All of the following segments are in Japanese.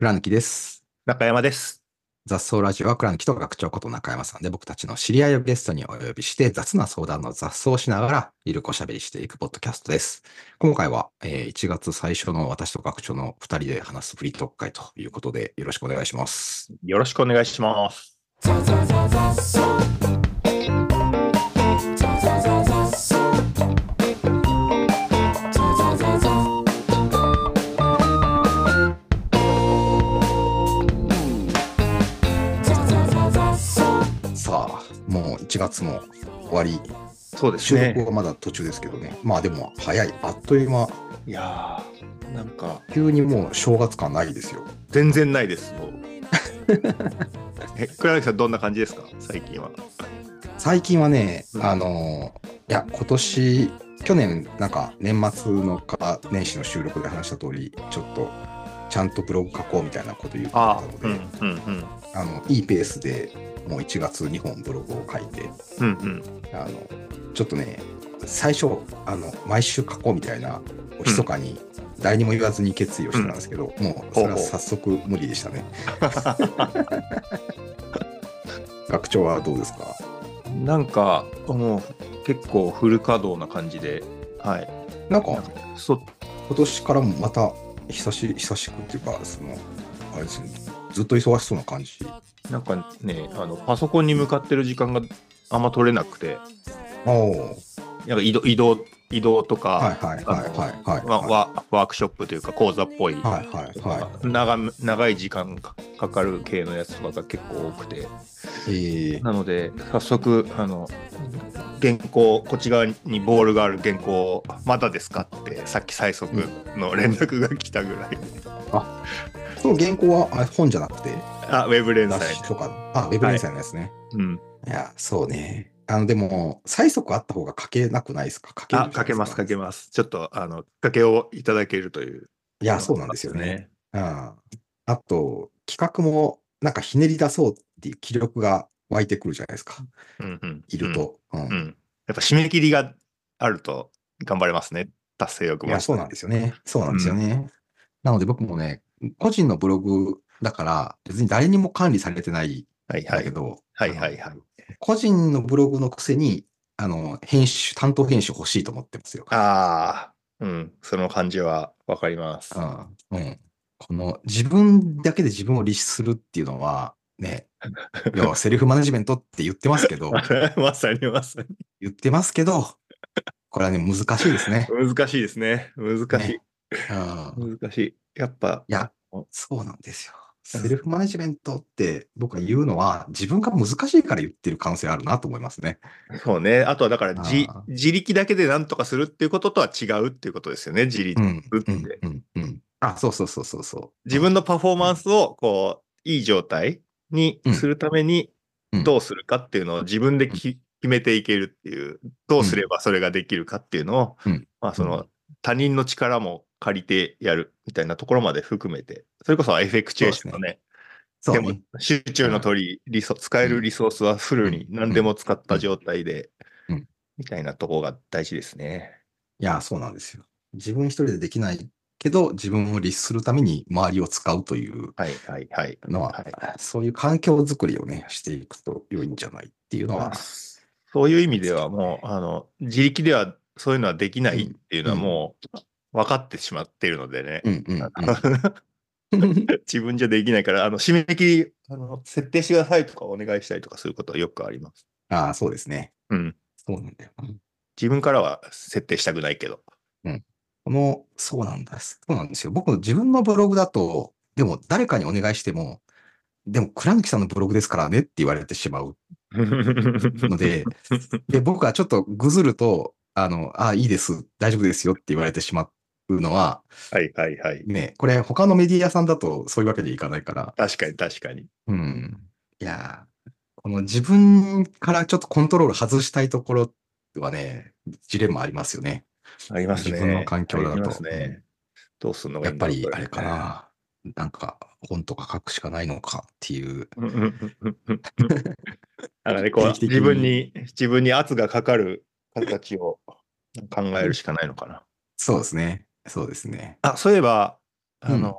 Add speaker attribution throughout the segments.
Speaker 1: 倉貫です。
Speaker 2: 中山です。
Speaker 1: 雑草ラジオは倉貫と学長こと中山さんで僕たちの知り合いをゲストにお呼びして雑な相談の雑草をしながらゆるくおしゃべりしていくポッドキャストです。今回は1月最初の私と学長の2人で話すフリートーク会ということでよろしくお願いします。
Speaker 2: よろしくお願いします。
Speaker 1: さあ、もう1月も終わり。
Speaker 2: そうです
Speaker 1: 収録
Speaker 2: ね。
Speaker 1: はまだ途中ですけどね。まあでも早い。あっという間。
Speaker 2: いやー、なんか
Speaker 1: 急にもう正月感ないですよ。
Speaker 2: 全然ないです。もう倉貫さんどんな感じですか、最近は。
Speaker 1: 最近はね、
Speaker 2: うん
Speaker 1: 今年、去年なんか年末のか年始の収録で話した通り、ちょっとちゃんとブログ書こうみたいなこと言ってた
Speaker 2: あ
Speaker 1: の
Speaker 2: うん
Speaker 1: で、
Speaker 2: うん
Speaker 1: いいペースでもう1月2本ブログを書いて、
Speaker 2: うんうん
Speaker 1: あの、ちょっとね、最初、毎週書こうみたいな、密かに誰にも言わずに決意をしてたんですけど、もうそれは早速無理でしたね。学長はどうですか？
Speaker 2: なんかもう結構フル稼働な感じで、はい。
Speaker 1: なんか、
Speaker 2: そ
Speaker 1: 今年からもまた久しくっていうか、あれですね、ずっと忙しそうな感じ。
Speaker 2: なんかね、パソコンに向かってる時間があんま取れなくて、
Speaker 1: おお、
Speaker 2: なんか移動とか、
Speaker 1: はいはいはいはい
Speaker 2: ワークショップというか講座っぽい、
Speaker 1: はいはいは
Speaker 2: 長い時間かかる系のやつとかが結構多くて、
Speaker 1: い。
Speaker 2: なので早速原稿、こっち側にボールがある原稿まだですかってさっき最速の連絡が来たぐらい、
Speaker 1: あ、その原稿は本じゃなくて、
Speaker 2: ウェブ連載。
Speaker 1: 雑誌とか、ウェブ
Speaker 2: はい。
Speaker 1: 連載のやつね。
Speaker 2: うん。
Speaker 1: いや、そうね。でも、催促あった方が書けなくないですか？書けるじゃ
Speaker 2: 書けます、
Speaker 1: ないですか。
Speaker 2: 書けます。ちょっと、きっかけをいただけるという
Speaker 1: いや、
Speaker 2: のはあり
Speaker 1: そうなんですよね。
Speaker 2: ますね。
Speaker 1: あと、企画もなんかひねり出そうっていう気力が湧いてくるじゃないですか。
Speaker 2: うんうんうん。
Speaker 1: いると。うん。
Speaker 2: うん。やっぱ締め切りがあると頑張れますね。達成欲
Speaker 1: いや、
Speaker 2: 持ちと。
Speaker 1: そうなんですよね。そうなんですよ
Speaker 2: うん。
Speaker 1: ね。なので僕もね、個人のブログだから、別に誰にも管理されてないん
Speaker 2: はいはい。
Speaker 1: だけど、
Speaker 2: はいはいはい。
Speaker 1: 個人のブログのくせに、担当編集欲しいと思ってますよ。
Speaker 2: ああ、うん。その感じはわかります。
Speaker 1: うん。この自分だけで自分を律するっていうのは、ね、要はセルフマネジメントって
Speaker 2: まさにまさに。
Speaker 1: 言ってますけど、これはね、難しいですね。
Speaker 2: 難しいですね。難し
Speaker 1: ね。うん。
Speaker 2: い。難しい。やっぱ、
Speaker 1: いや、そうなんですよ。セル
Speaker 2: うん
Speaker 1: フマネジメントって僕が言うのは自分が難しいから言ってる可能性あるなと思いますね。
Speaker 2: そうね。あとはだから
Speaker 1: あ
Speaker 2: 自力だけで何とかするっていうこととは違うっていうことですよね。自立
Speaker 1: うん、うん、
Speaker 2: って。
Speaker 1: うん、うん。あ、そうそうそうそうそう。
Speaker 2: 自分のパフォーマンスをこう、いい状態に
Speaker 1: うん、
Speaker 2: するために
Speaker 1: うん、
Speaker 2: どうするかっていうのを自分で
Speaker 1: うん、
Speaker 2: 決めていけるっていう、どうす
Speaker 1: うん、
Speaker 2: ればそれができるかっていうのを、
Speaker 1: うん、
Speaker 2: まあその
Speaker 1: うん。
Speaker 2: 他人の力も借りてやるみたいなところまで含めて、それこそエフェクチュエー
Speaker 1: そうですね。
Speaker 2: ションのね、でも
Speaker 1: そうね。
Speaker 2: 集中の
Speaker 1: うん、
Speaker 2: 通り使えるリ
Speaker 1: うん、
Speaker 2: ソースはフル
Speaker 1: うん、
Speaker 2: に何
Speaker 1: うん、
Speaker 2: でも使っ
Speaker 1: うん、
Speaker 2: た状態で、
Speaker 1: うん。
Speaker 2: みたいなところが大事ですね。
Speaker 1: いや、そうなんですよ。自分一人でできないけど、自分を律するために周りを使うという
Speaker 2: はいはいはい
Speaker 1: のは、
Speaker 2: はい。
Speaker 1: そういう環境づくりをね、していくと良いんじゃないっていうの
Speaker 2: まあ、
Speaker 1: は、
Speaker 2: そういう意味では
Speaker 1: ですけどね。
Speaker 2: もう、自力ではそういうのはできないっ
Speaker 1: うん、
Speaker 2: ていうのは
Speaker 1: うん、
Speaker 2: もう分かってしまっているのでね。
Speaker 1: うん、うん、うん。
Speaker 2: 自分じゃできないから、締め切り、設定してくださいとかお願いしたりとかすることはよくあります。
Speaker 1: ああ、そうですね。
Speaker 2: うん。
Speaker 1: そうなんだよ。
Speaker 2: 自分からは設定したくないけど。
Speaker 1: うん。そうなんです。そうなんですよ。僕、自分のブログだと、でも誰かにお願いしても、でも、倉貫さんのブログですからねって言われてしまうので、僕はちょっとぐずると、いいです、大丈夫ですよって言われてしまうのは、
Speaker 2: はいはいはい。
Speaker 1: ね、これ他のメディアさんだとそういうわけにいかないから、
Speaker 2: 確かに確かに。
Speaker 1: うん。いやー、この自分からちょっとコントロール外したいところはね、ジレンマありますよね。
Speaker 2: あります
Speaker 1: 自分の
Speaker 2: ね。
Speaker 1: 環
Speaker 2: あります
Speaker 1: 境だと。うん、
Speaker 2: ね。どうすんのが
Speaker 1: やっぱ
Speaker 2: いいんだろう、これ。
Speaker 1: りあれかな。なんか本とか書くしかないのかっていう。
Speaker 2: うんうんうんうんうん。なんかね、
Speaker 1: 定期
Speaker 2: こう、
Speaker 1: 的に。
Speaker 2: 自分に圧がかかる形を考えるしかないのかな。
Speaker 1: そうですね。そうですね。
Speaker 2: あ、そういえば、
Speaker 1: うん。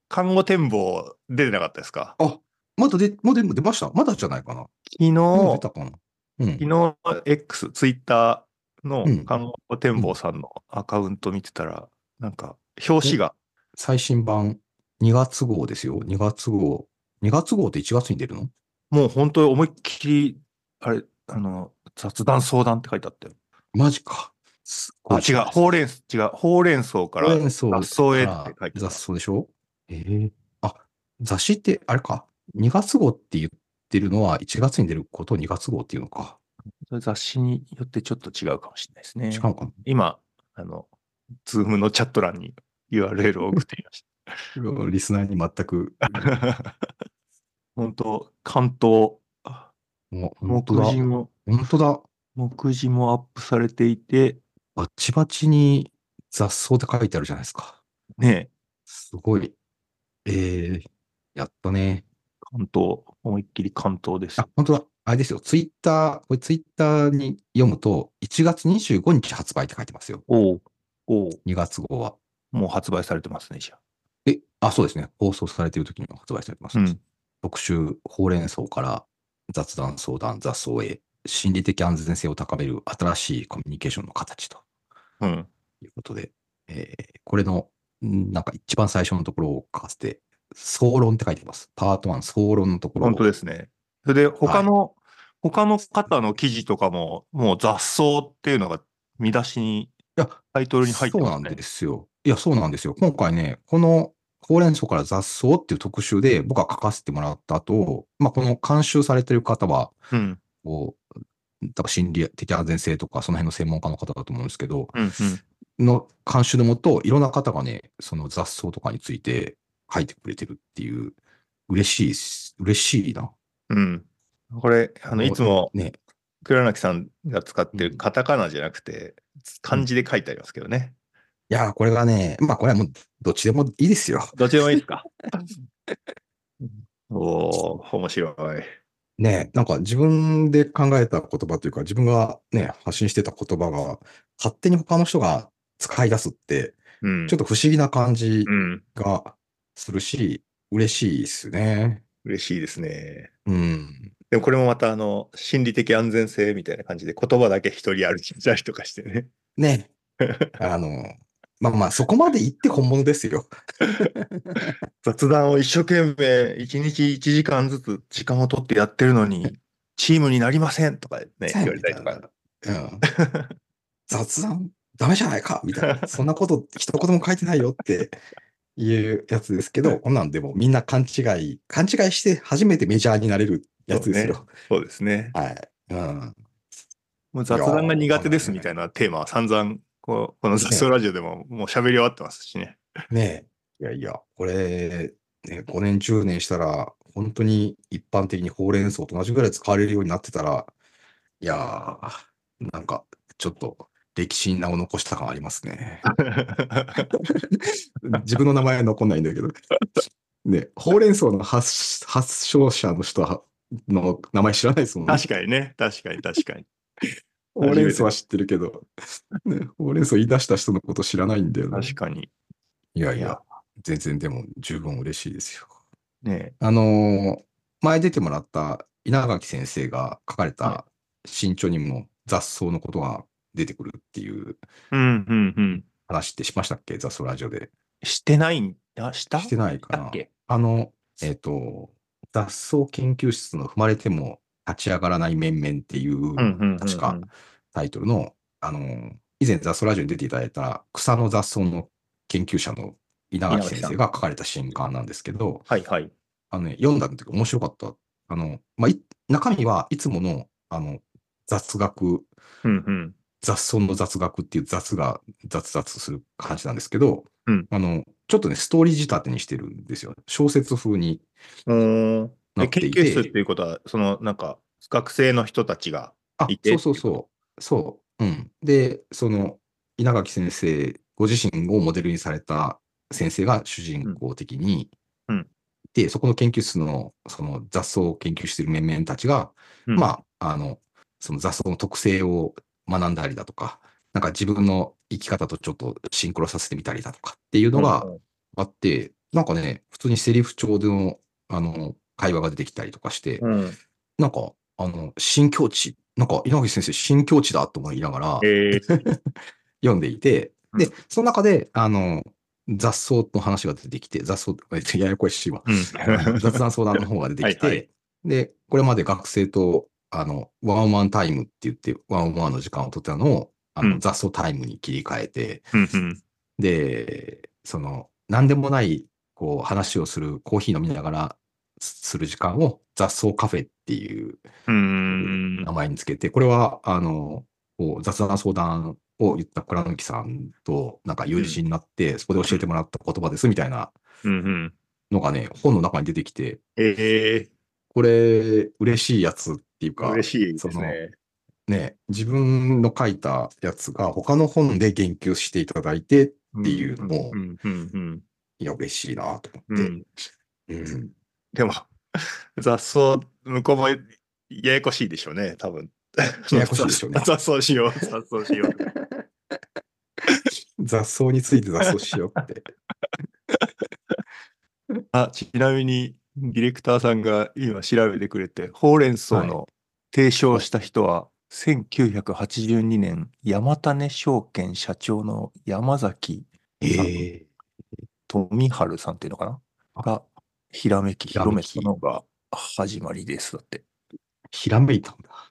Speaker 2: 看護展望出てなかったですか？
Speaker 1: あ、もう出ました？まだじゃないかな。
Speaker 2: 昨日、
Speaker 1: もう出たかな。うん。
Speaker 2: 昨日 X、ツイッターの
Speaker 1: うん。
Speaker 2: 看護展
Speaker 1: うん。
Speaker 2: 望さんのアカウント見てたら、なんか、表紙
Speaker 1: お、
Speaker 2: が、
Speaker 1: 最新版2月号ですよ。2月号。2月号って1月に出るの？
Speaker 2: もう本当に思いっきり、あれ、雑談相談って書いてあったよ。
Speaker 1: マジか。すご
Speaker 2: あ、
Speaker 1: いじゃないですか。
Speaker 2: 違う、ほうれん草か
Speaker 1: ほうれ
Speaker 2: ら
Speaker 1: ん草
Speaker 2: 雑草へって
Speaker 1: から雑
Speaker 2: 書いてた。
Speaker 1: 草でしょ？ええ、あ、雑誌って、あれか。2月号って言ってるのは1月に出ることを2月号っていうのか。
Speaker 2: それ雑誌によってちょっと違うかもしれないですね。
Speaker 1: 違うかな。
Speaker 2: 今、あの、ズームのチャット欄に URL を送ってみまし
Speaker 1: リスナーに全く、
Speaker 2: た。本当、関東、
Speaker 1: もう、本当だ。
Speaker 2: 目次も、
Speaker 1: 本当だ。
Speaker 2: 目次もアップされていて、
Speaker 1: バチバチに雑草って書いてあるじゃないですか。
Speaker 2: ね、
Speaker 1: すごい。ええ、やったね。
Speaker 2: 関東、思いっきり関東です
Speaker 1: あ、
Speaker 2: よ。
Speaker 1: 本当だ。あれですよ。これツイッターに読むと、1月25日発売って書いてますよ。
Speaker 2: おうおう、
Speaker 1: 2月号は。
Speaker 2: もう発売されてますね、じゃあ。
Speaker 1: そうですね。放送されている時にも発売されてます。
Speaker 2: うん。
Speaker 1: 特集、ほうれん草から雑談、相談、雑草へ、心理的安全性を高める新しいコミュニケーションの形と
Speaker 2: うん。
Speaker 1: いうことで、これの、なんか一番最初のところを書かせて、総論って書いてます。パート1、総論のところ
Speaker 2: 本当
Speaker 1: を、
Speaker 2: ですね。それで、
Speaker 1: はい。
Speaker 2: 他の方の記事とかも、もう雑草っていうのが見出しに、
Speaker 1: いや、
Speaker 2: タイトルに入っ
Speaker 1: そうなん
Speaker 2: てますね。
Speaker 1: ですよ。いや、そうなんですよ。今回ね、このほうれん草から雑草っていう特集で僕は書かせてもらった後、まあ、この監修されてる方は、
Speaker 2: うん。
Speaker 1: こう、多分心理的安全性とか、その辺の専門家の方だと思うんですけど、
Speaker 2: うん、うん。
Speaker 1: の監修のもと、いろんな方がね、その雑草とかについて書いてくれてるっていう、嬉しいし、嬉しいな。
Speaker 2: うん。これ、いつも、
Speaker 1: ね、
Speaker 2: 倉貫さんが使ってる
Speaker 1: うん、
Speaker 2: カタカナじゃなくて、
Speaker 1: うん。
Speaker 2: 漢字で書いてありますけどね。
Speaker 1: いやー、これがね、まあこれはもうどっちでもいいですよ。
Speaker 2: どっちでもいいですか？おー、面白い。
Speaker 1: ね、なんか自分で考えた言葉というか、自分がね、発信してた言葉が、勝手に他の人が使い出すって、
Speaker 2: うん。
Speaker 1: ちょっと不思議な感じ
Speaker 2: うん。
Speaker 1: がするし、嬉しいですね。
Speaker 2: 嬉しいですね。
Speaker 1: うん。
Speaker 2: でもこれもまた心理的安全性みたいな感じで言葉だけ一人歩きしたりとかしてね。
Speaker 1: ね、あの、まあまあ、そこまで言って本物ですよ。
Speaker 2: 雑談を一生懸命一日1時間ずつ時間を取ってやってるのに、チームになりませんとかね、言われ
Speaker 1: せんみ
Speaker 2: たりとか。
Speaker 1: たいな。うん。雑談ダメじゃないかみたいな。そんなこと一言も書いてないよっていうやつですけど、こんなんでもみんな勘違いして初めてメジャーになれるや
Speaker 2: そうね。
Speaker 1: つですよ。
Speaker 2: そうですね。
Speaker 1: はい。うん。
Speaker 2: もう
Speaker 1: いや
Speaker 2: 雑談が
Speaker 1: ー、
Speaker 2: 苦手
Speaker 1: こんなんね。
Speaker 2: ですみたいなテーマは散々、この雑草
Speaker 1: ね
Speaker 2: ラジオでももう喋り終わってますしね。
Speaker 1: ねいやいや、これ、ね、5年、10年したら、本当に一般的にほうれん草と同じぐらい使われるようになってたら、いやー、なんか、ちょっと歴史に名を残した感ありますね。自分の名前は残んないんだけど。ね、ほうれん草の発祥者の人の名前知らないですもんね。
Speaker 2: 確かにね。確かに確かに。
Speaker 1: ほうれ
Speaker 2: 初めて。
Speaker 1: ん草は知ってるけど、ね、ほうれん草言い出した人のこと知らないんだよね。
Speaker 2: 確かに。いや、
Speaker 1: いやいや、全然でも十分嬉しいですよ。
Speaker 2: ね。
Speaker 1: あのー前出てもらった稲垣先生が書かれ
Speaker 2: はい。
Speaker 1: た新著にも雑草のことが出てくるっていう
Speaker 2: うん、うん、うん。
Speaker 1: 話ってしましたっけ？雑草ラジオで。
Speaker 2: してないんだ、した
Speaker 1: してないかな。
Speaker 2: だっけ？
Speaker 1: えっと、雑草研究室の踏まれても立ち上がらない面々っていう、
Speaker 2: うん、うん、うん、
Speaker 1: 確か
Speaker 2: うん。
Speaker 1: タイトルの、以前雑草ラジオに出ていただいた草の雑草の研究者の稲垣先生
Speaker 2: 稲垣さん。
Speaker 1: が書かれた新刊なんですけど、
Speaker 2: はい、はい。
Speaker 1: 読んだ時面白かった。まあ、中身はいつもの、雑学、
Speaker 2: うん、うん。
Speaker 1: 雑草の雑学っていう雑が雑々する感じなんですけど、
Speaker 2: うん。
Speaker 1: ちょっとね、ストーリー仕立てにしてるんですよ。小説風に
Speaker 2: うーん。
Speaker 1: なって
Speaker 2: 研究室って
Speaker 1: いて、
Speaker 2: いうことは、なんか、学生の人たちがいて
Speaker 1: そう
Speaker 2: っていうこと？
Speaker 1: そうそう。そう。うん。で、稲垣先生、ご自身をモデルにされた先生が主人
Speaker 2: うん。
Speaker 1: 公的に、
Speaker 2: うん。
Speaker 1: で、そこの研究室の、その雑草を研究している面々たちが、
Speaker 2: うん。
Speaker 1: まあ、その雑草の特性を学んだりだとか、なんか自分の生き方とちょっとシンクロさせてみたりだとかっていうのが
Speaker 2: うん。
Speaker 1: あって、 なんかね、普通にセリフ調での、会話が出てきたりとかして、
Speaker 2: うん。
Speaker 1: なんか、新境地、なんか、稲垣先生、新境地だと思いながら
Speaker 2: えー、
Speaker 1: 読んでいて、で、
Speaker 2: うん。
Speaker 1: その中で、雑草の話が出てきて、雑草、ややこしいわ。
Speaker 2: うん。
Speaker 1: 雑談相談の方が出て
Speaker 2: はいはい。
Speaker 1: きて、で、これまで学生と、ワンワンタイムって言って、ワンワンの時間を取ったのを、
Speaker 2: うん。
Speaker 1: 雑草タイムに切り替えて、
Speaker 2: うん。うん。
Speaker 1: で、なんでもない、こう、話をする、コーヒー飲みながらする時間を雑草カフェっていう
Speaker 2: うーん。
Speaker 1: 名前につけて、これは、こう雑談相談を言った倉貫さんとなんか友
Speaker 2: うん。
Speaker 1: 人になって、そこで教えてもらった言葉ですみたいな
Speaker 2: うん。
Speaker 1: のがね、本の中に出てきて、
Speaker 2: え
Speaker 1: これ、嬉しいやつっていうか、
Speaker 2: 嬉しいですね。
Speaker 1: 自分の書いたやつが他の本で言及していただいてっ
Speaker 2: うん。
Speaker 1: ていう
Speaker 2: うん。
Speaker 1: のも、
Speaker 2: うん。うん。うん。
Speaker 1: いや、嬉しいなと思って。
Speaker 2: うん。
Speaker 1: うん。
Speaker 2: でも、雑草、向こうもややこしいでしょうね、多分。
Speaker 1: ややこしいでしょうね。
Speaker 2: 雑草しよう、雑草しようとか。
Speaker 1: 雑草について雑草しようって。
Speaker 2: あ、ちなみに、ディレクターさんが今調べてくれて、ほうれん草
Speaker 1: はい。
Speaker 2: の提唱し
Speaker 1: お
Speaker 2: た人は、1982年、山種証券社長の山崎さん、
Speaker 1: ええ
Speaker 2: 富治さんっていうのかな
Speaker 1: あ、
Speaker 2: が、ひらめき、
Speaker 1: ひら
Speaker 2: 広めた
Speaker 1: めき、
Speaker 2: のが始まりです。だって。
Speaker 1: ひらめいたんだ。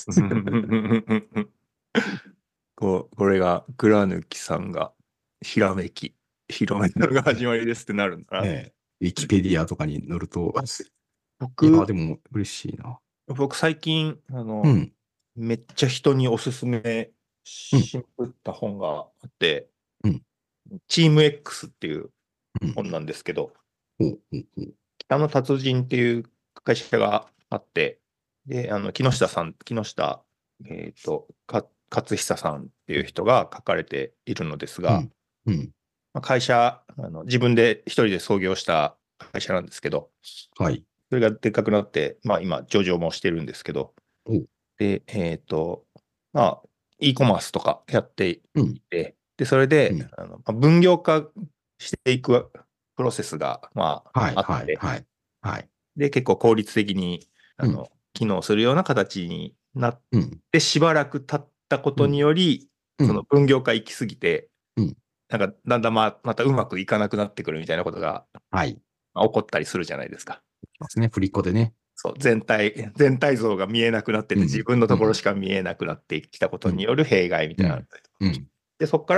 Speaker 2: これが、倉貫さんが、ひらめき、広めたのが始まりですってなるんだな。
Speaker 1: ねウィキペディアとかに載ると、いや、
Speaker 2: 僕、
Speaker 1: でも嬉しいな。
Speaker 2: 僕最近、
Speaker 1: うん、
Speaker 2: めっちゃ人におすすめ
Speaker 1: うん、
Speaker 2: しまった本があって、
Speaker 1: うん、
Speaker 2: チーム X っていう
Speaker 1: うん。
Speaker 2: 本なんですけど、
Speaker 1: ほう、ほう、ほう。
Speaker 2: 北の達人っていう会社があって、で、木下さん、木下、勝久さんっていう人が書かれているのですが、
Speaker 1: うん、うん。
Speaker 2: まあ会社、自分で一人で創業した会社なんですけど、
Speaker 1: はい。
Speaker 2: それがでっかくなって、まあ今、上場もしてるんですけど、
Speaker 1: おう、
Speaker 2: で、まあ、e コマースとかやって
Speaker 1: うん、
Speaker 2: いて、で、それで、
Speaker 1: うん。
Speaker 2: まあ分業化していくプロセスが、ま
Speaker 1: はい、
Speaker 2: あ、あっ
Speaker 1: はい、
Speaker 2: て、
Speaker 1: はい。はい。
Speaker 2: で、結構効率的に、
Speaker 1: うん、
Speaker 2: 機能するような形になっ
Speaker 1: うん、
Speaker 2: て、しばらく経ったことに
Speaker 1: うん、
Speaker 2: より、その
Speaker 1: うん、
Speaker 2: 分業化行き過ぎて、
Speaker 1: うん。
Speaker 2: なんか、だんだんまたうまくいかなくなってくるみたいなことが、
Speaker 1: はい。
Speaker 2: まあ起こったりするじゃないですか。
Speaker 1: ますね。振り子でね。
Speaker 2: そう、全体像が見えなくなってて、自
Speaker 1: うん、
Speaker 2: 分のところし
Speaker 1: うん、
Speaker 2: か見えなくなってきたこと
Speaker 1: うん、
Speaker 2: による弊害みたいなのがあ
Speaker 1: うん、
Speaker 2: ったりとか。
Speaker 1: うん。
Speaker 2: で、そこから、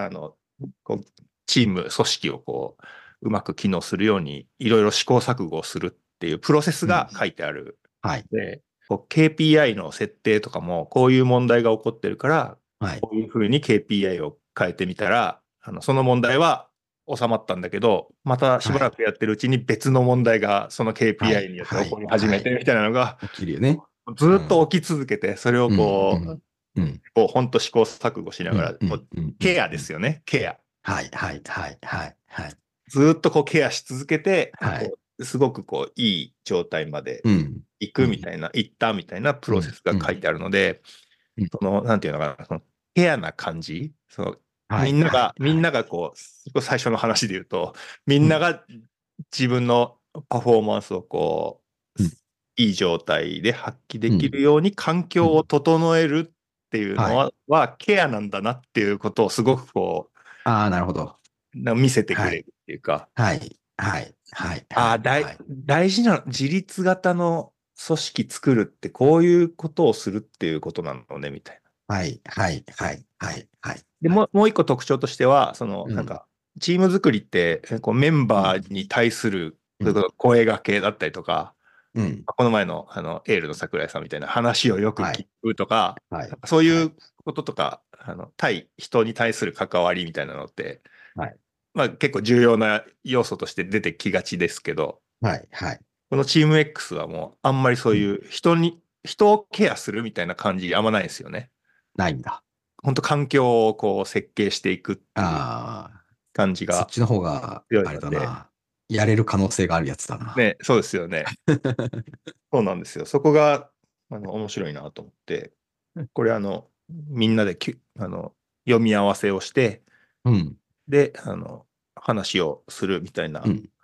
Speaker 2: こうチーム、組織をこう、うまく機能するように、いろいろ試行錯誤をするっていうプロセス
Speaker 1: うん
Speaker 2: が書いてある。
Speaker 1: はい、
Speaker 2: で、こう KPI の設定とかも、こういう問題が起こってるから、
Speaker 1: はい、
Speaker 2: こういうふうに KPI を変えてみたら、その問題は収まったんだけど、またしば
Speaker 1: はい、
Speaker 2: らくやってるうちに別の問題がその
Speaker 1: は
Speaker 2: KPI
Speaker 1: い、
Speaker 2: によって起こ
Speaker 1: はい、
Speaker 2: り始めて
Speaker 1: はい。
Speaker 2: みたいなのが、
Speaker 1: 起きるよね。
Speaker 2: ずっと
Speaker 1: うん、
Speaker 2: 起き続けて、それを
Speaker 1: うん、う
Speaker 2: こ
Speaker 1: ん、うん、
Speaker 2: う、本当試行錯誤しな
Speaker 1: うん、
Speaker 2: がら、
Speaker 1: うん、うん、うん。
Speaker 2: ケアで
Speaker 1: うん
Speaker 2: すよね、ケア。
Speaker 1: はい、はい、はい、はい、はい。
Speaker 2: ずっとこうケアし続けて、
Speaker 1: はい。
Speaker 2: すごくこういい状態まで
Speaker 1: うん、
Speaker 2: 行
Speaker 1: うん、
Speaker 2: くみたいな、行ったみたいなプ
Speaker 1: うん、
Speaker 2: ロセスが
Speaker 1: うん、
Speaker 2: 書いてあるので、
Speaker 1: うん。
Speaker 2: なんていうのかな、そのケアな感じ、
Speaker 1: はい、はい、はい。
Speaker 2: みんながこう、最初の話で言うと、み
Speaker 1: うん、
Speaker 2: んなが自分のパフォーマンスをこう、
Speaker 1: うん、
Speaker 2: いい状態で発揮で
Speaker 1: うん、
Speaker 2: きるように環
Speaker 1: うん。
Speaker 2: 境を整えるっていうの
Speaker 1: はい。
Speaker 2: はケアなんだなっていうことをすごくこ
Speaker 1: ああ、なるほど。
Speaker 2: 見せてく
Speaker 1: はい。
Speaker 2: れるっていうか、
Speaker 1: はい。はい。はい。はい。はい。
Speaker 2: 大事な自立型の組織作るってこういうことをするっていうことなのね、みたいな。
Speaker 1: はい。はい。はい。はい。はい。
Speaker 2: で、
Speaker 1: はい。
Speaker 2: もう一個特徴としては、
Speaker 1: うん。
Speaker 2: チーム作りって、こうメン
Speaker 1: うん。
Speaker 2: バーに対する、
Speaker 1: うん。
Speaker 2: そういうこと声掛けだったりとか、
Speaker 1: うん。
Speaker 2: この前の、エールの桜井さんみたいな話をよく聞
Speaker 1: はい。
Speaker 2: くとか、
Speaker 1: はい。
Speaker 2: そういう
Speaker 1: はい。
Speaker 2: こととか、対人に対する関わりみたいなのって、
Speaker 1: はい。
Speaker 2: まあ結構重要な要素として出てきがちですけど、
Speaker 1: はい。はい。
Speaker 2: このチーム X はもうあんまりそう
Speaker 1: うん。
Speaker 2: いう人をケアするみたいな感じあんまないですよね。
Speaker 1: ないんだ。
Speaker 2: 本当環境をこう設計していくっていう
Speaker 1: ああ、
Speaker 2: 感じが
Speaker 1: そっちの方が、
Speaker 2: 強い
Speaker 1: あれ
Speaker 2: ので、
Speaker 1: だな。やれる可能性があるやつだな。
Speaker 2: ね、そうですよね。そうなんですよ。そこが、面白いなと思って、これみんなで読み合わせをして、
Speaker 1: うん。
Speaker 2: で、話をするみたいな
Speaker 1: うん。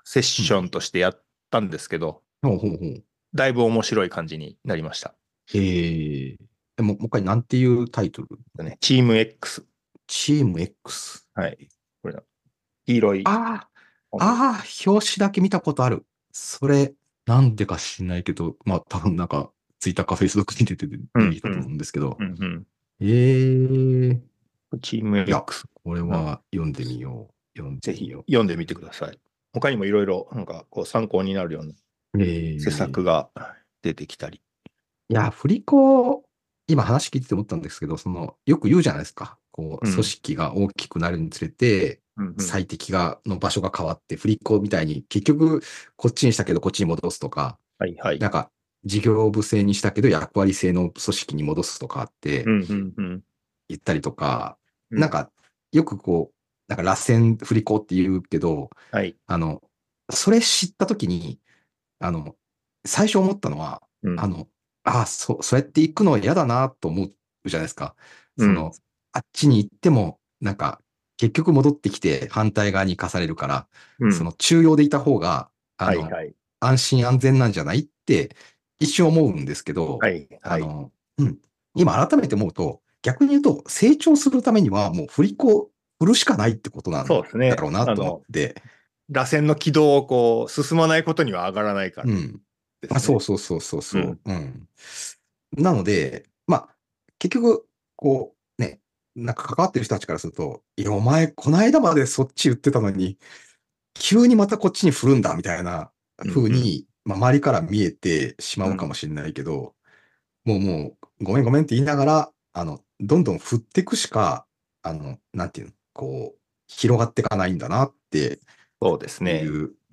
Speaker 2: セッションとしてやったんですけど、
Speaker 1: ほうほうほう。
Speaker 2: だいぶ面白い感じになりました。
Speaker 1: もう一回なんていうタイトル？
Speaker 2: チーム X。
Speaker 1: チーム X。
Speaker 2: はい。これだ。黄色い
Speaker 1: ああ、
Speaker 2: 本です。
Speaker 1: ああ、表紙だけ見たことある。それ、なんでか知んないけど、まあ多分なんか、ツイッターかフェイスブックに出てきたと思うんですけど。ええ、
Speaker 2: チーム
Speaker 1: いや、
Speaker 2: X。
Speaker 1: これは読んでみよう。読んで
Speaker 2: ぜひ
Speaker 1: みよ
Speaker 2: 読んでみてください。他にもいろいろなんかこう参考になるような
Speaker 1: う。
Speaker 2: 施策が出てきたり。
Speaker 1: いや、振り子、今話聞いてて思ったんですけど、よく言うじゃないですか。こう、組織が大きくなるにつれて、最適の場所が変わって、振り子みたいに、結局、こっちにしたけど、こっちに戻すとか、
Speaker 2: はいはい。
Speaker 1: なんか、事業部制にしたけど、役割制の組織に戻すとかって言ったりとか、なんか、よくこう、なんか、螺旋振り子って言うけど、
Speaker 2: はい。
Speaker 1: あの、それ知ったときに、あの、最初思ったのは、あの、そうやって行くの嫌だなと思うじゃないですか。あっちに行っても、なんか、結局戻ってきて反対側に行かされるから、中央でいた方が、
Speaker 2: はいはい。
Speaker 1: 安心安全なんじゃないって一瞬思うんですけど、
Speaker 2: はいはい。
Speaker 1: うん、今改めて思うと、逆に言うと、成長するためにはもう振るしかないってことなん
Speaker 2: そうですね。
Speaker 1: だろうなと思って、
Speaker 2: 螺旋の軌道をこう進まないことには上がらないから
Speaker 1: うん。
Speaker 2: ですね。
Speaker 1: そうそうそうそう
Speaker 2: うん。
Speaker 1: そう。うん。なので、まあ、結局、こう、ね、なんか関わってる人たちからすると、いや、お前、この間までそっち言ってたのに、急にまたこっちに振るんだ、みたいな
Speaker 2: うんうん。
Speaker 1: 風に、まあ、周りから見えてしま
Speaker 2: うん。
Speaker 1: うかもしれないけど、もう、ごめんごめんって言いながら、どんどん振っていくしか、なんていうの、こう、広がっていかないんだなって
Speaker 2: そうですね。
Speaker 1: いう、うん、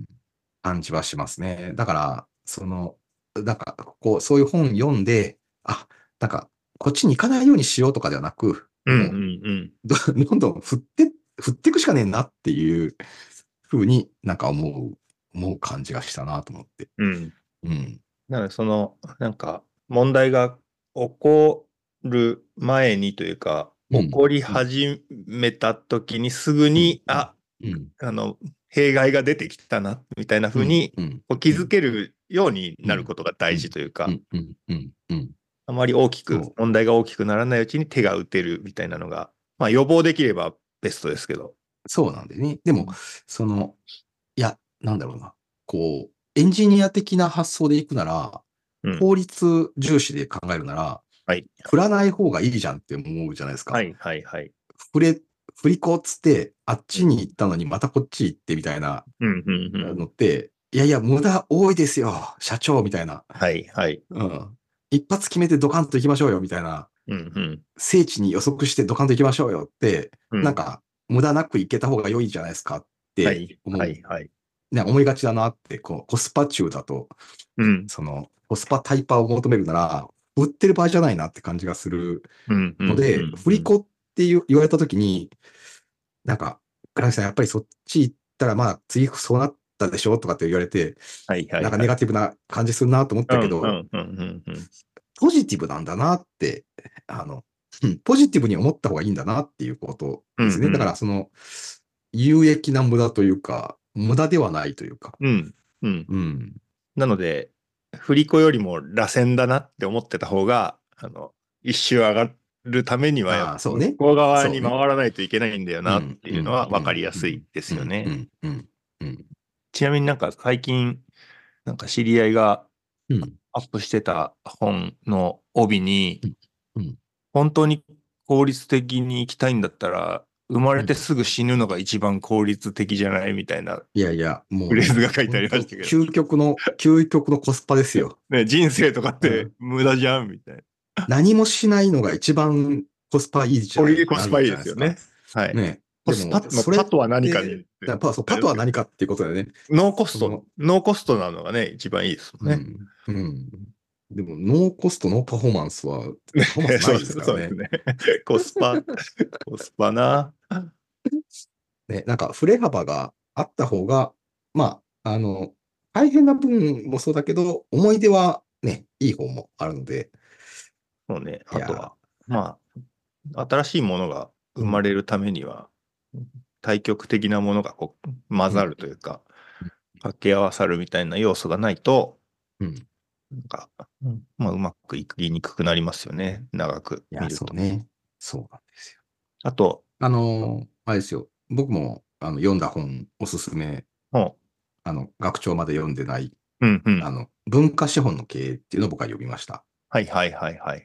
Speaker 1: 感じはしますね。だから、なんか、こう、そういう本読んで、なんか、こっちに行かないようにしようとかではなく、
Speaker 2: うんう
Speaker 1: も
Speaker 2: んうん。
Speaker 1: どんどん振っていくしかねえなっていうふうになんか思う感じがしたなと思って。
Speaker 2: うん。
Speaker 1: うん。
Speaker 2: なので、なんか、問題が起こる前にというか、
Speaker 1: うん。
Speaker 2: 起こり
Speaker 1: うん。
Speaker 2: 始めた時にすぐ
Speaker 1: うん。
Speaker 2: に、
Speaker 1: うん。うん。
Speaker 2: あの、弊害が出てきたな、みたいな
Speaker 1: うん。
Speaker 2: 風に
Speaker 1: うん。
Speaker 2: こう気づ
Speaker 1: うん。
Speaker 2: けるようになる
Speaker 1: うん。
Speaker 2: ことが大事
Speaker 1: うん。
Speaker 2: というか、
Speaker 1: うん。うん。うん。うん。
Speaker 2: あまり大きく、
Speaker 1: そう。
Speaker 2: 問題が大きくならないうちに手が打てるみたいなのが、まあ予防できればベストですけど。
Speaker 1: そうなんでね。でも、
Speaker 2: うん。
Speaker 1: その、いや、なんだろうな。こう、エンジニア的な発想でいくなら、
Speaker 2: うん。
Speaker 1: 効率重視で考えるなら、
Speaker 2: はい。
Speaker 1: 振らない方がいいじゃんって思うじゃないですか。
Speaker 2: はいはいはい。
Speaker 1: 振れ、振り子っつって、あっ
Speaker 2: うん。
Speaker 1: ちに行ったのにまたこっち行ってみたいな
Speaker 2: うんうんうん。
Speaker 1: のって、いやいや、無駄多いですよ、社長みたいな。
Speaker 2: はいはい。
Speaker 1: うん。一発決めてドカンと行きましょうよ、みたいな。
Speaker 2: うんうん。
Speaker 1: 聖地に予測してドカンと行きましょうよって、
Speaker 2: うん。
Speaker 1: なんか、無駄なく行けた方が良いじゃないですかって
Speaker 2: はいは
Speaker 1: 思う。
Speaker 2: いはい。
Speaker 1: ね、思いがちだなって、こう、コスパ中だと、
Speaker 2: うん。
Speaker 1: コスパタイパーを求めるなら、売ってる場合じゃないなって感じがする
Speaker 2: うんうんう
Speaker 1: ので、
Speaker 2: んうん。
Speaker 1: 振り子って言われたときに、なんか、倉木さん、やっぱりそっち行ったら、まあ、次そうなったでしょとかって言われて、
Speaker 2: はいは
Speaker 1: なんか
Speaker 2: いはい。
Speaker 1: ネガティブな感じするなと思っ
Speaker 2: うんう
Speaker 1: たけど、
Speaker 2: んうんうんうん。
Speaker 1: ポジティブなんだなって、ポジティブに思った方がいいんだなっていうことですね。だから、有益な無駄というか、無駄ではないというか、
Speaker 2: うん。うん。
Speaker 1: うん。
Speaker 2: なので、振り子よりも螺旋だなって思ってた方が、一周上がるためには、やっぱ
Speaker 1: ああ、そうね。
Speaker 2: 向こう側に回
Speaker 1: そうね。
Speaker 2: らないといけないんだよなっ
Speaker 1: うん、うん、
Speaker 2: ていうのは
Speaker 1: うん、
Speaker 2: 分かりや
Speaker 1: うん、
Speaker 2: すいで
Speaker 1: うん、う
Speaker 2: すよね。
Speaker 1: ん、うん、うん、
Speaker 2: ちなみになんか最近、なんか知り合いが
Speaker 1: うん、
Speaker 2: アップしてた本の帯に、
Speaker 1: うん、うん、
Speaker 2: 本当に効率的に生きたいんだったら、生まれて
Speaker 1: うん。
Speaker 2: すぐ死ぬのが一番効率的じゃないみたいな
Speaker 1: いやいや、も
Speaker 2: フレーズ
Speaker 1: うね、
Speaker 2: が書いてあ
Speaker 1: 本当
Speaker 2: りましたけど、
Speaker 1: 究極のコスパですよ。
Speaker 2: ね、人生とかって
Speaker 1: うん。
Speaker 2: 無駄じゃんみたいな。
Speaker 1: 何もしないのが一番コスパいいじゃ
Speaker 2: こ
Speaker 1: ない、なる
Speaker 2: れコスパいい
Speaker 1: じゃないですか。
Speaker 2: ですよね。はい。
Speaker 1: ね。でも、
Speaker 2: まあ、
Speaker 1: それっ
Speaker 2: パとは何かにっ
Speaker 1: て、
Speaker 2: て
Speaker 1: パとは
Speaker 2: ありますけど、
Speaker 1: 何かっていうことだよね。その、
Speaker 2: ノーコストなのがね、一番いいですもんね。
Speaker 1: うん、うん。でも、ノーコスト、ノーパフォーマンスは、パフォーマンスないですからね。
Speaker 2: そうですね。コスパ、コスパな。
Speaker 1: ね、なんか、振れ幅があった方が、まあ、大変な分もそうだけど、思い出はね、いい方もあるので、
Speaker 2: そうね。
Speaker 1: いや
Speaker 2: あとは、まあ、新しいものが
Speaker 1: ー、うん、
Speaker 2: 生まれるためには、対極的なものがこう混
Speaker 1: うん、
Speaker 2: ざるというか、 掛け合わさるみたいな要素がないと、
Speaker 1: うん。い
Speaker 2: なんか、まあ、うまくいきにくくなりますよね。長く見
Speaker 1: や、
Speaker 2: ると。
Speaker 1: そうね。そうなんですよ。
Speaker 2: あと、
Speaker 1: あれですよ。僕も、読んだ本、おすすめ、
Speaker 2: も
Speaker 1: 学長まで読んでない、
Speaker 2: う、うんうん。
Speaker 1: 文化資本の経営っていうのを僕は読みました。
Speaker 2: はいはいはいはい。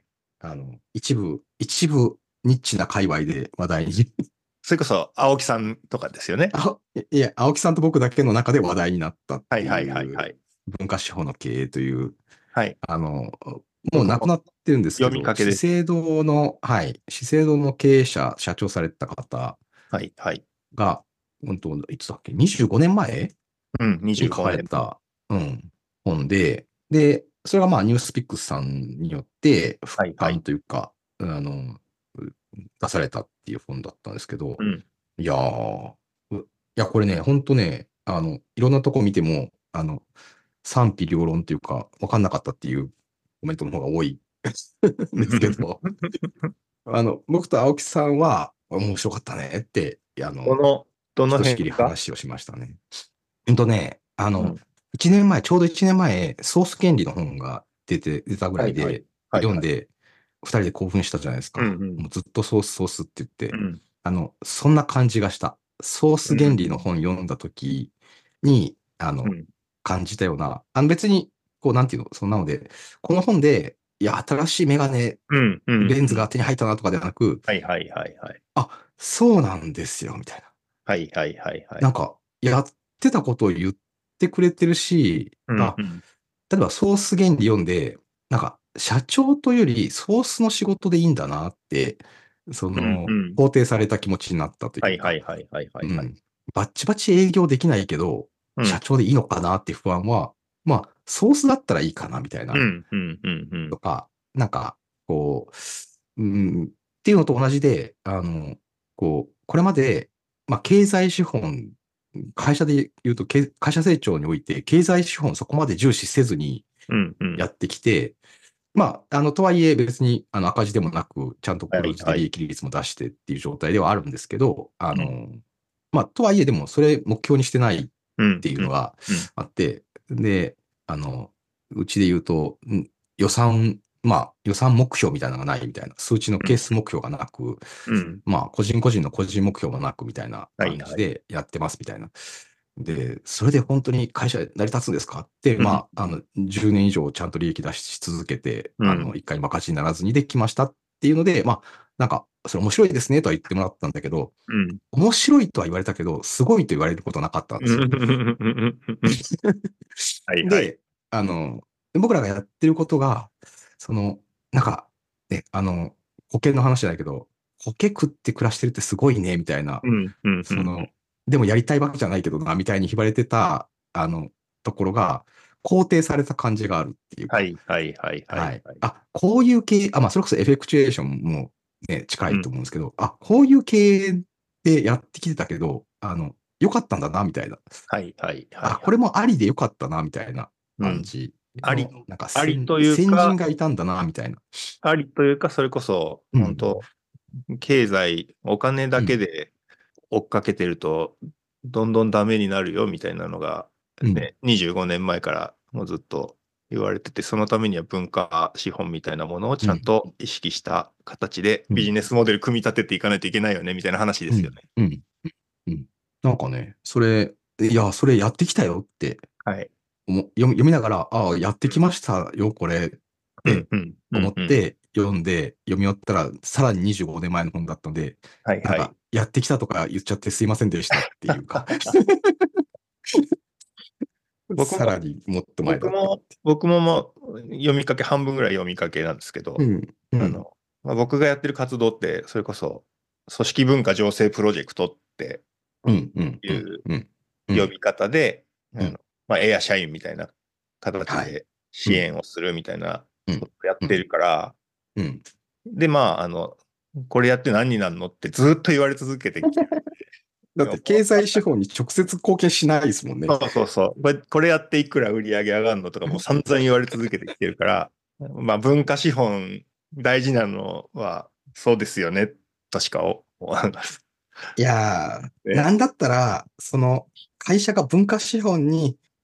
Speaker 1: 一部、ニッチな界隈で話題に
Speaker 2: それこそ、青木さんとかですよね。
Speaker 1: いや、青木さんと僕だけの中で話題になったって
Speaker 2: はいはいはい
Speaker 1: いう、
Speaker 2: はい。
Speaker 1: 文化資本の経営という、
Speaker 2: はい。
Speaker 1: あの、もう
Speaker 2: 僕も
Speaker 1: 亡くなってるんですけ
Speaker 2: 読み
Speaker 1: ど、
Speaker 2: かけです。
Speaker 1: 資生堂の経営者、社長されてた方
Speaker 2: はいはい。
Speaker 1: が、いつだっけ、25年前
Speaker 2: うん、25
Speaker 1: に書かれ
Speaker 2: 年。
Speaker 1: た、本で、それがまあ、ニュースピックスさんによって復刊
Speaker 2: はいはい。
Speaker 1: というか、出されたっていう本だったんですけど、
Speaker 2: うん。
Speaker 1: いやー、これね、ほんとね、いろんなとこ見ても、賛否両論っていうか、わかんなかったっていうコメントの方が多いんですけど、僕と青木さんは面白かったねって、
Speaker 2: どの
Speaker 1: ひとしきり
Speaker 2: 辺が？
Speaker 1: 話をしましたね。
Speaker 2: うん。
Speaker 1: 1年前、ちょうど1年前、ソース原理の本が出たぐ
Speaker 2: はいはい。
Speaker 1: らいで、
Speaker 2: はいはい。
Speaker 1: 読んで、二人で興奮したじゃないですか。
Speaker 2: うんうん。
Speaker 1: もうずっとソースソースって言って、
Speaker 2: うん。
Speaker 1: そんな感じがした。ソース原理の
Speaker 2: うん。
Speaker 1: 本読んだ時に、
Speaker 2: うん。
Speaker 1: 感じたような、別に、こう、なんていうの、そんなので、この本で、いや、新しいメガネ、
Speaker 2: うん。うん。
Speaker 1: レン
Speaker 2: うん。
Speaker 1: ズが手に入ったなとかではなく、
Speaker 2: はいはいはいはい。
Speaker 1: あ、そうなんですよ、みたいな。
Speaker 2: はいはいはいはい。
Speaker 1: なんか、やってたことを言ってくれてるし、
Speaker 2: うんうん。
Speaker 1: 例えばソース原理読んで、なんか、社長というよりソースの仕事でいいんだなって、
Speaker 2: うんうん。
Speaker 1: 肯定された気持ちになったとい
Speaker 2: はいは
Speaker 1: うか、
Speaker 2: いはいはいはいはい。
Speaker 1: うん。バッチバチ営業できないけど、
Speaker 2: うん。
Speaker 1: 社長でいいのかなっていう不安は、まあ、ソースだったらいいかなみたいな、
Speaker 2: うんうんうんうん。
Speaker 1: とか、なんか、こっていうのと同じで、これまで、まあ、経済資本、会社で言うと、会社成長において、経済資本そこまで重視せずに
Speaker 2: うんうん。
Speaker 1: やってきて、まあ、とはいえ別に赤字でもなく、ちゃんと黒字で
Speaker 2: はいはい。
Speaker 1: 利益率も出してっていう状態ではあるんですけど、
Speaker 2: うん。
Speaker 1: まあ、とはいえでもそれ目標にしてないっ
Speaker 2: うんうん
Speaker 1: ていうのが
Speaker 2: うん。
Speaker 1: あって、で、うちで言うと、予算目標みたいなのがないみたいな、数値の
Speaker 2: うん
Speaker 1: ケース目標がなく、
Speaker 2: うん。
Speaker 1: まあ、個人個人の個人目標もなくみたいな感じ
Speaker 2: はいはい。
Speaker 1: でやってますみたいな。で、それで本当に会社成り立つんですかって、
Speaker 2: うん
Speaker 1: まあ、10年以上ちゃんと利益出し続けて、
Speaker 2: うん。
Speaker 1: 一回赤字にならずにできましたっていうので、まあ、なんか、それ面白いですねとは言ってもらったんだけど、
Speaker 2: うん。
Speaker 1: 面白いとは言われたけど、すごいと言われることはなかったんですよ。
Speaker 2: はいはい。
Speaker 1: で、あの、僕らがやってることが、その、なんか、ね、保険の話じゃないけど、苔食って暮らしてるってすごいね、みたいな、
Speaker 2: うんうんうんうん。
Speaker 1: でもやりたいわけじゃないけどな、みたいに言われてた、ところが、肯定された感じがあるっていうか、
Speaker 2: はいはいはいはい
Speaker 1: はい。
Speaker 2: はい。
Speaker 1: あ、こういう経営、まあ、それこそエフェクチュエーションもね、近いと
Speaker 2: うん。
Speaker 1: 思うんですけど、あ、こういう経営でやってきてたけど、良かったんだな、みたいな。
Speaker 2: はいはいはい
Speaker 1: あ、
Speaker 2: はい。
Speaker 1: これもありで良かったな、みたいな
Speaker 2: うん。
Speaker 1: 感じ
Speaker 2: あり、
Speaker 1: なんか
Speaker 2: ありという
Speaker 1: 先人
Speaker 2: か、
Speaker 1: がいたんだな、みたいな。
Speaker 2: ありというか、それこそ、
Speaker 1: うん。
Speaker 2: 本当経済、お金だ
Speaker 1: うん。
Speaker 2: けで追っかけてると、どんどんダメになるよみたいなのが、
Speaker 1: うん。
Speaker 2: ね、25年前からもうずっと言われてて、そのためには文化資本みたいなものをちゃん
Speaker 1: うん。
Speaker 2: と意識した形で
Speaker 1: うん。
Speaker 2: ビジネスモデル組み立てていかないといけないよねみたいな話で
Speaker 1: うん。
Speaker 2: すよね。
Speaker 1: うん。うん。なんかね、それやってきたよって
Speaker 2: はい。
Speaker 1: 読みながら、ああ、やってきましたよ、これって
Speaker 2: うんうんう
Speaker 1: 思っ
Speaker 2: んうん。
Speaker 1: て読んで、読み終わったら、さらに25年前の本だったので、なんか、
Speaker 2: はいはい。
Speaker 1: やってきたとか言っちゃってすいませんでしたっていうか
Speaker 2: 僕も、
Speaker 1: さらにもっと前だったって。
Speaker 2: 僕ももう読みかけ、半分ぐらい読みかけなんですけど、
Speaker 1: うん、うん、
Speaker 2: 僕がやってる活動って、それこそ、組織文化醸成プロジェクトって
Speaker 1: うん、うん、うん、
Speaker 2: いう
Speaker 1: うん、うん、
Speaker 2: 呼び方で、
Speaker 1: うん、
Speaker 2: エア社員みたいな形
Speaker 1: はい。
Speaker 2: で
Speaker 1: うん、
Speaker 2: 支援をするみたいな
Speaker 1: うん、
Speaker 2: ことをやっ
Speaker 1: うん、
Speaker 2: てるから、
Speaker 1: うん。
Speaker 2: で、これやって何になるのってずっと言われ続けてきてる。
Speaker 1: だって、経済資本に直接貢献しないですもんね。
Speaker 2: そうそうそう。これやっていくら売り上げ上がるのとかもう散々言われ続けてきてるから、文化資本大事なのはそうですよね、としか思わないです
Speaker 1: いやー、な
Speaker 2: ね。
Speaker 1: んだったら、会社が文化資本に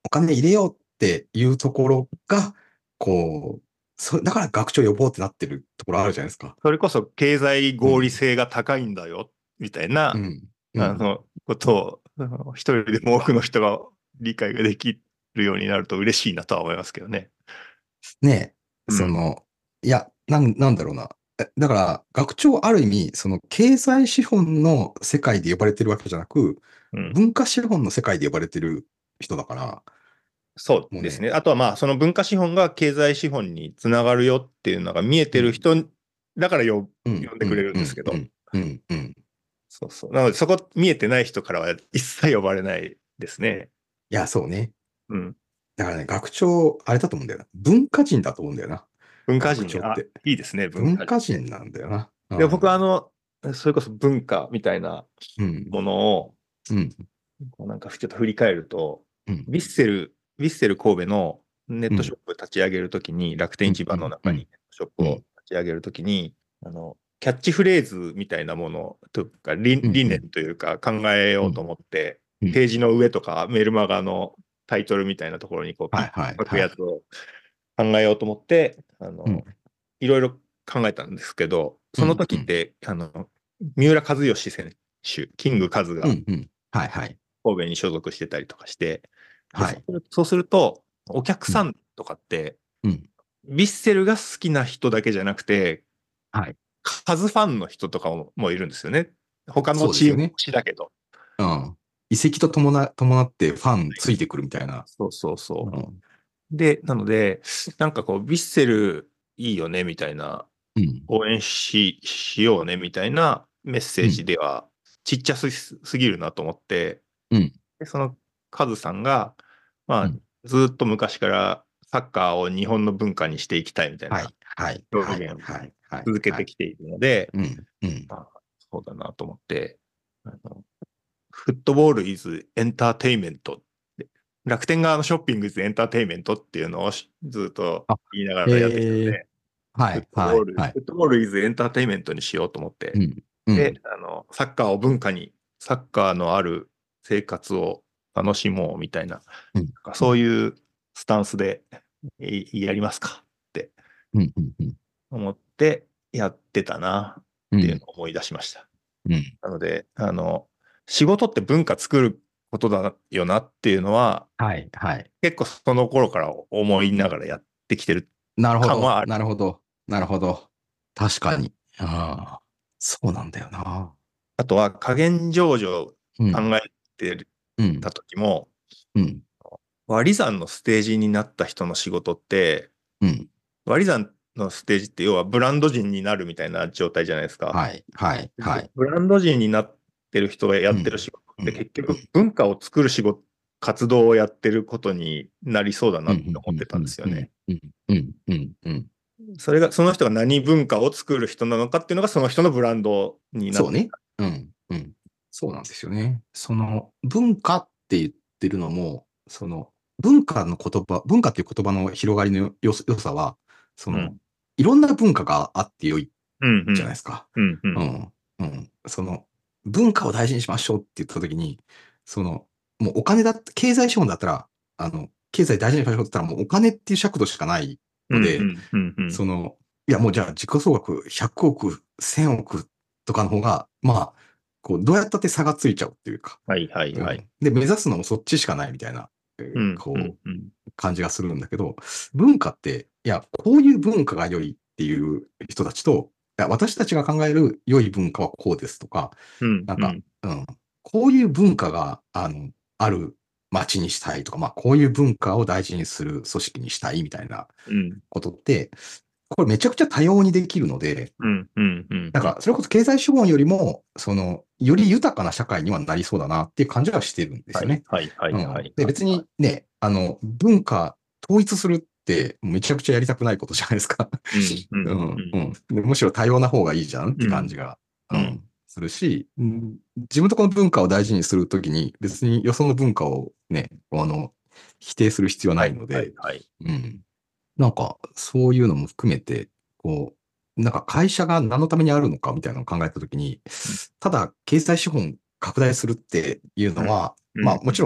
Speaker 1: お金入れようっていうところが、こう、だから学長呼ぼうってなってるところあるじゃないですか。
Speaker 2: それこそ経済合理性が高いんだよ、みたいな、
Speaker 1: うん。うん。
Speaker 2: ことを、一人でも多くの人が理解ができるようになると嬉しいなとは思いますけどね。
Speaker 1: ねえ、
Speaker 2: うん。
Speaker 1: いや、なんだろうな。だから、学長ある意味、経済資本の世界で呼ばれてるわけじゃなく、
Speaker 2: うん。
Speaker 1: 文化資本の世界で呼ばれてる人だから、
Speaker 2: そう
Speaker 1: もうね、
Speaker 2: ですね。あとはまあ、その文化資本が経済資本につながるよっていうのが見え
Speaker 1: うん、
Speaker 2: てる人だから
Speaker 1: うん、うん、
Speaker 2: 呼んでくれるん
Speaker 1: うん、
Speaker 2: ですけど、
Speaker 1: うん、うん、うん。
Speaker 2: そうそう。なので、そこ見えてない人からは一切呼ばれないですね。
Speaker 1: いや、そうね。
Speaker 2: うん。
Speaker 1: だからね、学長、あれだと思うんだよな。文化人だと思うんだよな。
Speaker 2: 文化人、あ、
Speaker 1: 学長って。
Speaker 2: いいですね、文
Speaker 1: 文
Speaker 2: 化人ね。
Speaker 1: 化人なんだよな。う
Speaker 2: で、僕は
Speaker 1: ん。
Speaker 2: それこそ文化みたいな
Speaker 1: うん、
Speaker 2: ものを、
Speaker 1: うん、
Speaker 2: なんかちょっと振り返ると、
Speaker 1: うん、
Speaker 2: ヴィッセル神戸のネッ
Speaker 1: うん、
Speaker 2: トショップ立ち上げるときに、楽天
Speaker 1: うん、
Speaker 2: 市場の
Speaker 1: うん、
Speaker 2: 中にショップを
Speaker 1: うん、
Speaker 2: 立ち上げるときに、キャッチフレーズみたいなものというか、
Speaker 1: うん、
Speaker 2: 理念
Speaker 1: うん、
Speaker 2: というか考え
Speaker 1: うん、
Speaker 2: ようと思って、
Speaker 1: うん。
Speaker 2: ページの上とかメルマガのタイトルみたいなところにこうピッ
Speaker 1: はい、はい、
Speaker 2: と書く
Speaker 1: はい。
Speaker 2: やつを考えようと思って、
Speaker 1: うん、
Speaker 2: いろいろ考えたんですけど、その
Speaker 1: うん、うん、
Speaker 2: 時って、三浦知良選手、キングカズが
Speaker 1: うん、うん。はい、はい。
Speaker 2: 神戸に所属してたりとかして、で、
Speaker 1: はい。
Speaker 2: そうすると、お客
Speaker 1: うん、
Speaker 2: さんとかって、
Speaker 1: うん。
Speaker 2: ヴィッセルが好きな人だけじゃなくて、
Speaker 1: はい。
Speaker 2: カズファンの人とかもいるんですよね。他のチーム推
Speaker 1: そうですよね。
Speaker 2: しだけど。
Speaker 1: うん。移籍と伴ってファンついてくるみたいな。
Speaker 2: そうそうそ
Speaker 1: うん。
Speaker 2: う。で、なので、なんかこう、ヴィッセルいいよね、みたいな、
Speaker 1: うん。
Speaker 2: 応援しようね、みたいなメッセージ
Speaker 1: うん。
Speaker 2: では、ちっちゃすぎるなと思って、
Speaker 1: うん。
Speaker 2: で、そのカズさんが、まあ、
Speaker 1: うん。
Speaker 2: ずっと昔からサッカーを日本の文化にしていきたいみたいな
Speaker 1: はい。はい。はい。
Speaker 2: 表現を
Speaker 1: はい。はい。
Speaker 2: 続け
Speaker 1: はい。
Speaker 2: てきているので、
Speaker 1: うん。うん。
Speaker 2: あ、そうだなと思って、あのフットボールイズエンターテイメント。楽天側のショッピングイズエンターテイメントっていうのをずっと
Speaker 1: あ、
Speaker 2: 言いながらやってきたの
Speaker 1: えー、
Speaker 2: で、
Speaker 1: はい。はい。はい。
Speaker 2: フットボールイズエンターテイメントにしようと思って、
Speaker 1: うん。う
Speaker 2: で、
Speaker 1: ん。
Speaker 2: サッカーを文化に、サッカーのある生活を楽しもうみたいな、
Speaker 1: うん。
Speaker 2: そういうスタンスでやりますかって
Speaker 1: うん。うん。うん。
Speaker 2: 思ってやってたなっていう
Speaker 1: うん。
Speaker 2: のを思い出しました。
Speaker 1: うん。
Speaker 2: なので、仕事って文化作ることだよなっていうのは、
Speaker 1: はい。はい。
Speaker 2: 結構その頃から思いながらやってきてる
Speaker 1: なるほど。
Speaker 2: 感はある。
Speaker 1: なるほど。なるほど。確かに。ああ、そうなんだよな。
Speaker 2: あとは加減上場考
Speaker 1: うん。
Speaker 2: えて
Speaker 1: うん。
Speaker 2: た時も、
Speaker 1: うん。
Speaker 2: 割り算のステージになった人の仕事って、
Speaker 1: うん。
Speaker 2: 割り算のステージって要はブランド人になるみたいな状態じゃないですか。
Speaker 1: はい。はい。はい。
Speaker 2: ブランド人になってる人がやってる
Speaker 1: うん。
Speaker 2: 仕事って
Speaker 1: うん。
Speaker 2: 結局文化を作る活動をやってることになりそうだ
Speaker 1: うん。
Speaker 2: なって思ってたんですよ
Speaker 1: うん。
Speaker 2: ね。
Speaker 1: うん。うん。うん。うん。
Speaker 2: その人が何文化を作る人なのかっていうのがその人のブランドになって、
Speaker 1: そうね。うん。うん。そうなんですよね。文化って言ってるのも、文化っていう言葉の広がりの良さは、その、
Speaker 2: うん、
Speaker 1: いろんな文化があって良い
Speaker 2: うん、うん、
Speaker 1: じゃないですか。
Speaker 2: うん、うん、
Speaker 1: うん。うん。文化を大事にしましょうって言ったときに、もうお金経済資本だったら、経済大事にしましょうって言ったらもうお金っていう尺度しかない
Speaker 2: うん、う
Speaker 1: ので、
Speaker 2: ん、うん、うん。
Speaker 1: いやもうじゃあ時価総額100億、1000億とかの方が、まあ、どうやったって差がついちゃうっていうか、
Speaker 2: はい、はい、はい。
Speaker 1: うん。で、目指すのもそっちしかないみたいな、
Speaker 2: うん、うん、うん。
Speaker 1: 感じがするんだけど、文化って、いや、こういう文化が良いっていう人たちと、いや、私たちが考える良い文化はこうですとか、
Speaker 2: うん、
Speaker 1: なんか、
Speaker 2: うん、
Speaker 1: うん、こういう文化が、ある街にしたいとか、まあ、こういう文化を大事にする組織にしたいみたいな
Speaker 2: うん、
Speaker 1: ことって、これめちゃくちゃ多様にできるので、
Speaker 2: うん、うん、うん、うん。
Speaker 1: なんか、それこそ経済資本よりも、より豊かな社会にはなりそうだなっていう感じはしてるんです
Speaker 2: はい、
Speaker 1: よね。
Speaker 2: はい、はい、は
Speaker 1: うん。
Speaker 2: い、
Speaker 1: で、
Speaker 2: はい。
Speaker 1: 別にね、文化統一するってめちゃくちゃやりたくないことじゃないですか。
Speaker 2: うん、う
Speaker 1: う
Speaker 2: ん、う
Speaker 1: ん、う
Speaker 2: ん、
Speaker 1: ん。でむしろ多様な方がいいじゃんって感
Speaker 2: うん、
Speaker 1: じが、
Speaker 2: うん。
Speaker 1: するし、自分とこの文化を大事にするときに、別によその文化をね、否定する必要は
Speaker 2: はい、はい、
Speaker 1: ないので、
Speaker 2: はい。
Speaker 1: うん。なんか、そういうのも含めて、なんか会社が何のためにあるのかみたいなのを考えたときに、
Speaker 2: うん、
Speaker 1: ただ経済資本拡大するっていう
Speaker 2: うん、
Speaker 1: のは、
Speaker 2: うん、
Speaker 1: まあもちろん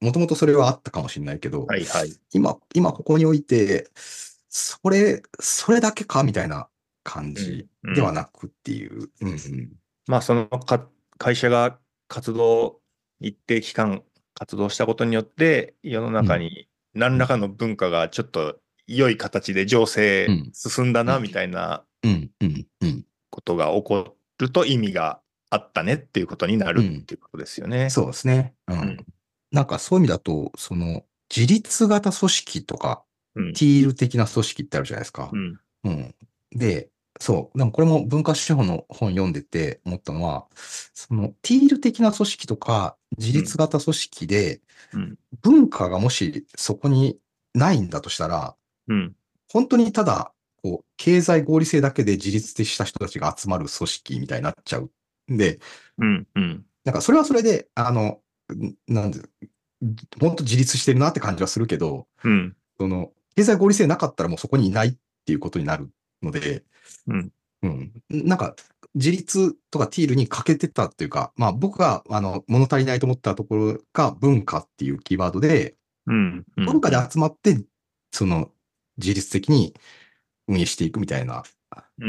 Speaker 1: もともとそれはあったかもしれないけど、
Speaker 2: はいはい。
Speaker 1: 今ここにおいて、それだけかみたいな感じではなくっていう。うんうん。
Speaker 2: まあ、会社が一定期間活動したことによって、世の
Speaker 1: うん。
Speaker 2: 中に何
Speaker 1: うん。
Speaker 2: らかの文化がちょっと良い形で醸成
Speaker 1: うん。
Speaker 2: 進んだな、
Speaker 1: うん。
Speaker 2: みたいな
Speaker 1: うん。うん。うん。
Speaker 2: ことが起こると意味があったねっていうことになる
Speaker 1: うん。
Speaker 2: っていうことですよね。
Speaker 1: そうですね。うん。
Speaker 2: うん。
Speaker 1: なんかそういう意味だと、自立型組織とか、
Speaker 2: うん。
Speaker 1: ティール的な組織ってあるじゃないですか。
Speaker 2: うん。
Speaker 1: うん。で、そう。でもこれも文化資本の本読んでて思ったのは、ティール的な組織とか、自
Speaker 2: うん。
Speaker 1: 立型組織で、
Speaker 2: うん。
Speaker 1: 文化がもしそこにないんだとしたら、
Speaker 2: うん。
Speaker 1: 本当にただ、経済合理性だけで自立した人たちが集まる組織みたいになっちゃう。で、
Speaker 2: うん。うん。
Speaker 1: なんかそれはそれで、なんで、本当自立してるなって感じはするけど、
Speaker 2: うん。
Speaker 1: 経済合理性なかったらもうそこにいないっていうことになるので、
Speaker 2: うん。
Speaker 1: うん。なんか、自立とかティールに欠けてたっていうか、まあ僕が、物足りないと思ったところが文化っていうキーワードで、
Speaker 2: うん。うん。
Speaker 1: 文化で集まって、自律的に運営していくみたいな
Speaker 2: うん。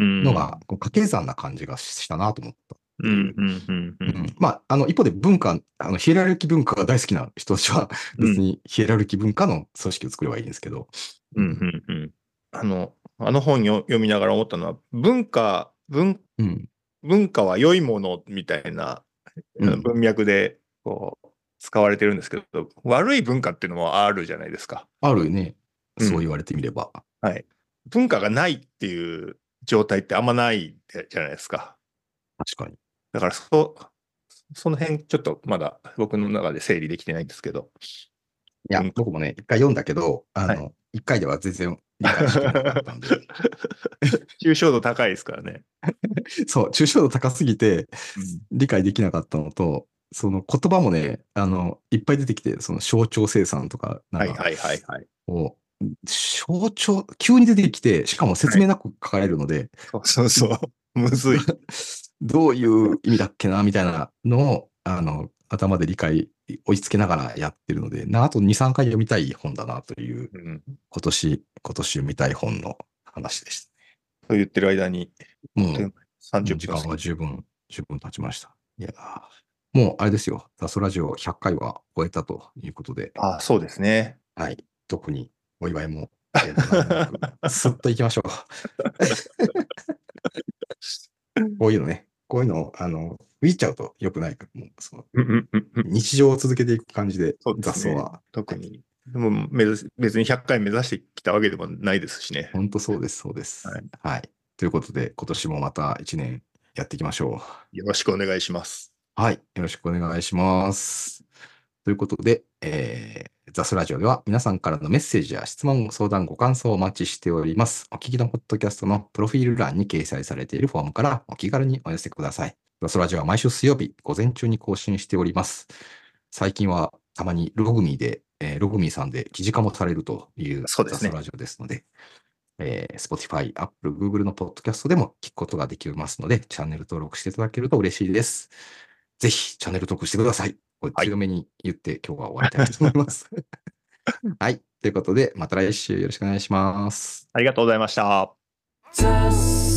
Speaker 1: のが、掛け算な感じがしたなと思ったっていう。
Speaker 2: うん。うん。うん。う
Speaker 1: うん。
Speaker 2: ん。
Speaker 1: まあ、一方でヒエラルキー文化が大好きな人たちは、
Speaker 2: うん。
Speaker 1: 別にヒエラルキー文化の組織を作ればいいんですけど。
Speaker 2: うん。うん。あの本読みながら思ったのは、
Speaker 1: うん。
Speaker 2: 文化は良いものみたいな
Speaker 1: うん。
Speaker 2: 文脈で使われてるんですけど、悪い文化っていうのもあるじゃないですか。
Speaker 1: あるね。
Speaker 2: うん。
Speaker 1: そう言われてみれば。
Speaker 2: はい。文化がないっていう状態ってあんまないじゃないですか。
Speaker 1: 確かに。
Speaker 2: だからその辺ちょっとまだ僕の中で整理できてないんですけど、
Speaker 1: いや、
Speaker 2: 文化。
Speaker 1: 僕もね、一回読んだけど、
Speaker 2: はい。
Speaker 1: 一回では全然理解しきれなかったんで。
Speaker 2: 抽象度高いですからね。
Speaker 1: そう、抽象度高すぎて
Speaker 2: うん。
Speaker 1: 理解できなかったのと、その言葉もね、いっぱい出てきて、その象徴生産とか、なんか、
Speaker 2: はいはいはいはい。
Speaker 1: 急に出てきて、しかも説
Speaker 2: はい。
Speaker 1: 明なく書かれるので、
Speaker 2: そうそうそう。むずい。
Speaker 1: どういう意味だっけな、みたいなのを、頭で追いつけながらやってるので、あと2、3回読みたい本だなという、
Speaker 2: うん。
Speaker 1: 今年読みたい本の話でした。
Speaker 2: と言ってる間に、あっという間に30
Speaker 1: 時間は
Speaker 2: 分過ぎて。
Speaker 1: 十分経ちました。いやもうあれですよ。ザスラジオ100回は超えたということで、
Speaker 2: ああ、そうですね。
Speaker 1: はい。特にお祝いも、何もなく、スッと行きましょう。こういうのね、こういうのを、浮いちゃうと良くないから、もう、
Speaker 2: うんうんうんうん。
Speaker 1: 日常を続けていく感じで、
Speaker 2: そうですね。
Speaker 1: 雑草は。はい。
Speaker 2: 特に。でも別に100回目指してきたわけでもないですしね。
Speaker 1: 本当そうです、そうです。
Speaker 2: はい。
Speaker 1: はい。ということで、今年もまた1年やっていきましょう。
Speaker 2: よろしくお願いします。
Speaker 1: はい。よろしくお願いします。ということで、ザスラジオでは皆さんからのメッセージや質問、相談、ご感想をお待ちしております。お聞きのポッドキャストのプロフィール欄に掲載されているフォームからお気軽にお寄せください。ザスラジオは毎週水曜日午前中に更新しております。最近はたまにログミーさんで記事化もされるという
Speaker 2: そうですね。
Speaker 1: ザスラジオですので、Spotify、Apple、Google のポッドキャストでも聞くことができますので、チャンネル登録していただけると嬉しいです。ぜひ、チャンネル登録してください。これ
Speaker 2: はい。
Speaker 1: 強めに言って今日は終わりたいと思います。はい。ということで、また来週よろしくお願いします。
Speaker 2: ありがとうございました。